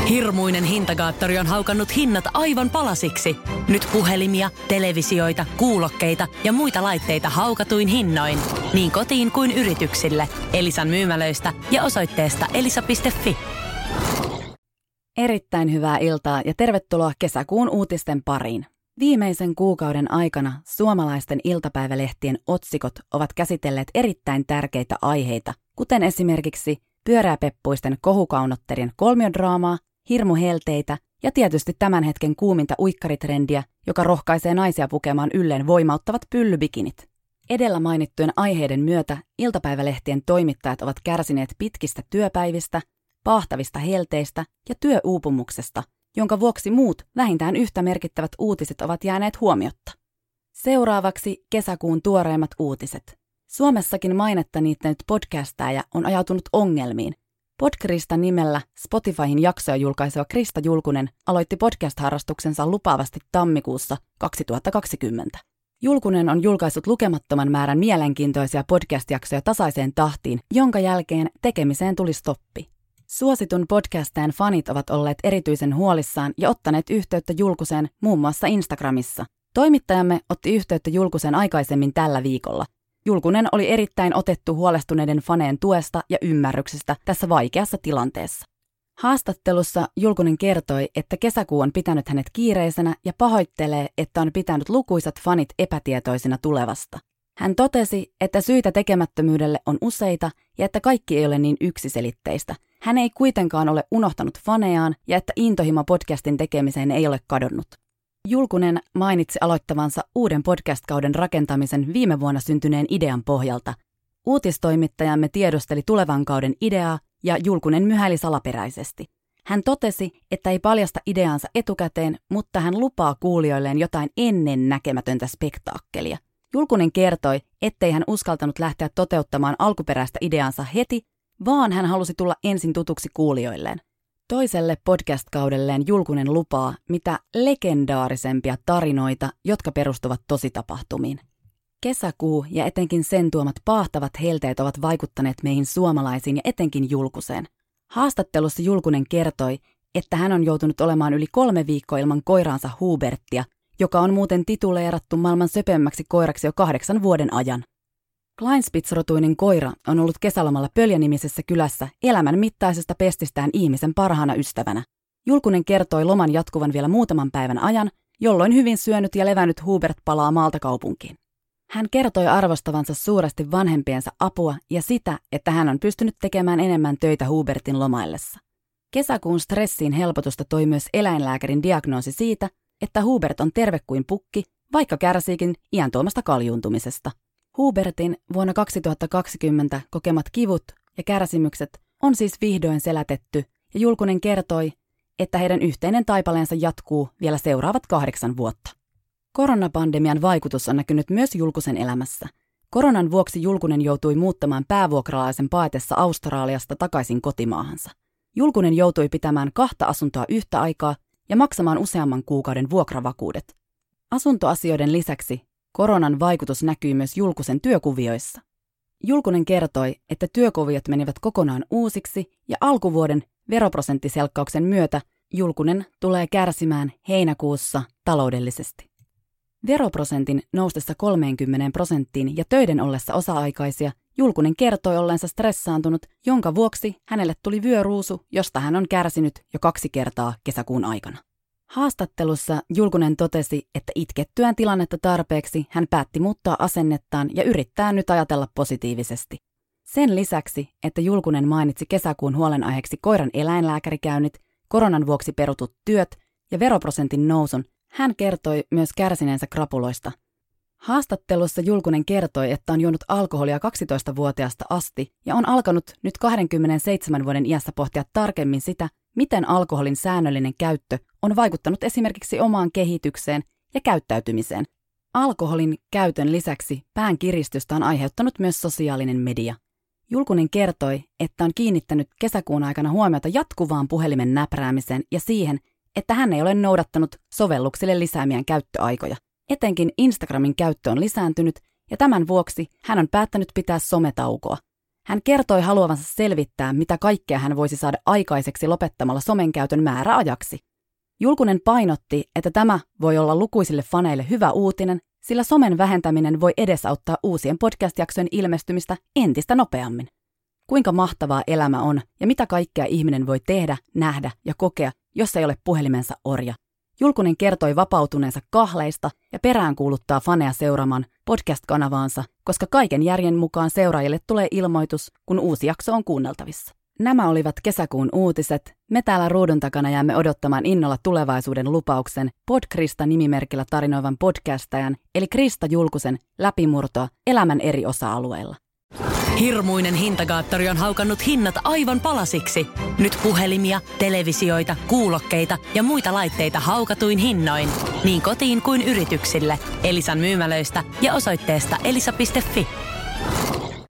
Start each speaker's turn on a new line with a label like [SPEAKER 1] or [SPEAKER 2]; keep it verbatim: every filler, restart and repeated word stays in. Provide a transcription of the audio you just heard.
[SPEAKER 1] Hirmuinen hintakaattori on haukannut hinnat aivan palasiksi. Nyt puhelimia, televisioita, kuulokkeita ja muita laitteita haukatuin hinnoin. Niin kotiin kuin yrityksille. Elisan myymälöistä ja osoitteesta elisa piste fi.
[SPEAKER 2] Erittäin hyvää iltaa ja tervetuloa kesäkuun uutisten pariin. Viimeisen kuukauden aikana suomalaisten iltapäivälehtien otsikot ovat käsitelleet erittäin tärkeitä aiheita, kuten esimerkiksi pyöreäpeppuisten kohukaunotterien kolmiodraamaa, hirmuhelteitä ja tietysti tämän hetken kuuminta uikkaritrendiä, joka rohkaisee naisia pukemaan ylleen voimauttavat pyllybikinit. Edellä mainittujen aiheiden myötä iltapäivälehtien toimittajat ovat kärsineet pitkistä työpäivistä, paahtavista helteistä ja työuupumuksesta, jonka vuoksi muut vähintään yhtä merkittävät uutiset ovat jääneet huomiotta. Seuraavaksi kesäkuun tuoreimmat uutiset. Suomessakin mainetta niittänyt podcastaaja on ajautunut ongelmiin. Podkrista nimellä Spotifyhin jaksoja julkaiseva Krista Julkunen aloitti podcast-harrastuksensa lupaavasti tammikuussa kaksituhattakaksikymmentä. Julkunen on julkaissut lukemattoman määrän mielenkiintoisia podcast-jaksoja tasaiseen tahtiin, jonka jälkeen tekemiseen tuli stoppi. Suositun podcastajan fanit ovat olleet erityisen huolissaan ja ottaneet yhteyttä Julkuseen muun muassa Instagramissa. Toimittajamme otti yhteyttä Julkuseen aikaisemmin tällä viikolla. Julkunen oli erittäin otettu huolestuneiden faneen tuesta ja ymmärryksestä tässä vaikeassa tilanteessa. Haastattelussa Julkunen kertoi, että kesäkuu on pitänyt hänet kiireisenä ja pahoittelee, että on pitänyt lukuisat fanit epätietoisina tulevasta. Hän totesi, että syitä tekemättömyydelle on useita ja että kaikki ei ole niin yksiselitteistä. Hän ei kuitenkaan ole unohtanut fanejaan ja että intohimo podcastin tekemiseen ei ole kadonnut. Julkunen mainitsi aloittavansa uuden podcast-kauden rakentamisen viime vuonna syntyneen idean pohjalta. Uutistoimittajamme tiedusteli tulevan kauden ideaa ja Julkunen myhäili salaperäisesti. Hän totesi, että ei paljasta ideaansa etukäteen, mutta hän lupaa kuulijoilleen jotain ennen näkemätöntä spektaakkelia. Julkunen kertoi, ettei hän uskaltanut lähteä toteuttamaan alkuperäistä ideansa heti, vaan hän halusi tulla ensin tutuksi kuulijoilleen. Toiselle podcast-kaudelleen Julkunen lupaa mitä legendaarisempia tarinoita, jotka perustuvat tositapahtumiin. Kesäkuu ja etenkin sen tuomat paahtavat helteet ovat vaikuttaneet meihin suomalaisiin ja etenkin Julkuseen. Haastattelussa Julkunen kertoi, että hän on joutunut olemaan yli kolme viikkoa ilman koiraansa Hubertia, joka on muuten tituleerattu maailman söpömmäksi koiraksi jo kahdeksan vuoden ajan. Kleinspitz-rotuinen koira on ollut kesälomalla Pöljä-nimisessä kylässä elämän mittaisesta pestistään ihmisen parhaana ystävänä. Julkunen kertoi loman jatkuvan vielä muutaman päivän ajan, jolloin hyvin syönyt ja levännyt Hubert palaa maalta kaupunkiin. Hän kertoi arvostavansa suuresti vanhempiensa apua ja sitä, että hän on pystynyt tekemään enemmän töitä Hubertin lomaillessa. Kesäkuun stressiin helpotusta toi myös eläinlääkärin diagnoosi siitä, että Hubert on terve kuin pukki, vaikka kärsiikin iän tuomasta kaljuuntumisesta. Hubertin vuonna kaksituhattakaksikymmentä kokemat kivut ja kärsimykset on siis vihdoin selätetty ja Julkunen kertoi, että heidän yhteinen taipaleensa jatkuu vielä seuraavat kahdeksan vuotta. Koronapandemian vaikutus on näkynyt myös Julkusen elämässä. Koronan vuoksi Julkunen joutui muuttamaan päävuokralaisen paetessa Australiasta takaisin kotimaahansa. Julkunen joutui pitämään kahta asuntoa yhtä aikaa ja maksamaan useamman kuukauden vuokravakuudet. Asuntoasioiden lisäksi koronan vaikutus näkyi myös Julkusen työkuvioissa. Julkunen kertoi, että työkuviot menivät kokonaan uusiksi ja alkuvuoden veroprosenttiselkkauksen myötä Julkunen tulee kärsimään heinäkuussa taloudellisesti. Veroprosentin noustessa kolmeenkymmeneen prosenttiin ja töiden ollessa osa-aikaisia Julkunen kertoi ollensa stressaantunut, jonka vuoksi hänelle tuli vyöruusu, josta hän on kärsinyt jo kaksi kertaa kesäkuun aikana. Haastattelussa Julkunen totesi, että itkettyään tilannetta tarpeeksi hän päätti muuttaa asennettaan ja yrittää nyt ajatella positiivisesti. Sen lisäksi, että Julkunen mainitsi kesäkuun huolenaiheeksi koiran eläinlääkärikäynnit, koronan vuoksi perutut työt ja veroprosentin nousun, hän kertoi myös kärsineensä krapuloista. Haastattelussa Julkunen kertoi, että on juonut alkoholia kaksitoistavuotiaasta asti ja on alkanut nyt kaksikymmentäseitsemän vuoden iässä pohtia tarkemmin sitä, miten alkoholin säännöllinen käyttö on vaikuttanut esimerkiksi omaan kehitykseen ja käyttäytymiseen. Alkoholin käytön lisäksi pään kiristystä on aiheuttanut myös sosiaalinen media. Julkunen kertoi, että on kiinnittänyt kesäkuun aikana huomiota jatkuvaan puhelimen näpräämiseen ja siihen, että hän ei ole noudattanut sovelluksille lisäämiään käyttöaikoja. Etenkin Instagramin käyttö on lisääntynyt ja tämän vuoksi hän on päättänyt pitää sometaukoa. Hän kertoi haluavansa selvittää, mitä kaikkea hän voisi saada aikaiseksi lopettamalla somen käytön määräajaksi. Julkunen painotti, että tämä voi olla lukuisille faneille hyvä uutinen, sillä somen vähentäminen voi edesauttaa uusien podcast-jaksojen ilmestymistä entistä nopeammin. Kuinka mahtavaa elämä on ja mitä kaikkea ihminen voi tehdä, nähdä ja kokea, jos ei ole puhelimensa orja. Julkunen kertoi vapautuneensa kahleista ja peräänkuuluttaa faneja seuraamaan podcast-kanavaansa, koska kaiken järjen mukaan seuraajille tulee ilmoitus, kun uusi jakso on kuunneltavissa. Nämä olivat kesäkuun uutiset. Me täällä ruudun takana jäämme odottamaan innolla tulevaisuuden lupauksen PodKrista-nimimerkillä tarinoivan podcastajan, eli Krista Julkusen läpimurtoa elämän eri osa-alueilla.
[SPEAKER 1] Hirmuinen hintakaattori on haukannut hinnat aivan palasiksi. Nyt puhelimia, televisioita, kuulokkeita ja muita laitteita haukatuin hinnoin. Niin kotiin kuin yrityksille. Elisan myymälöistä ja osoitteesta elisa piste fi.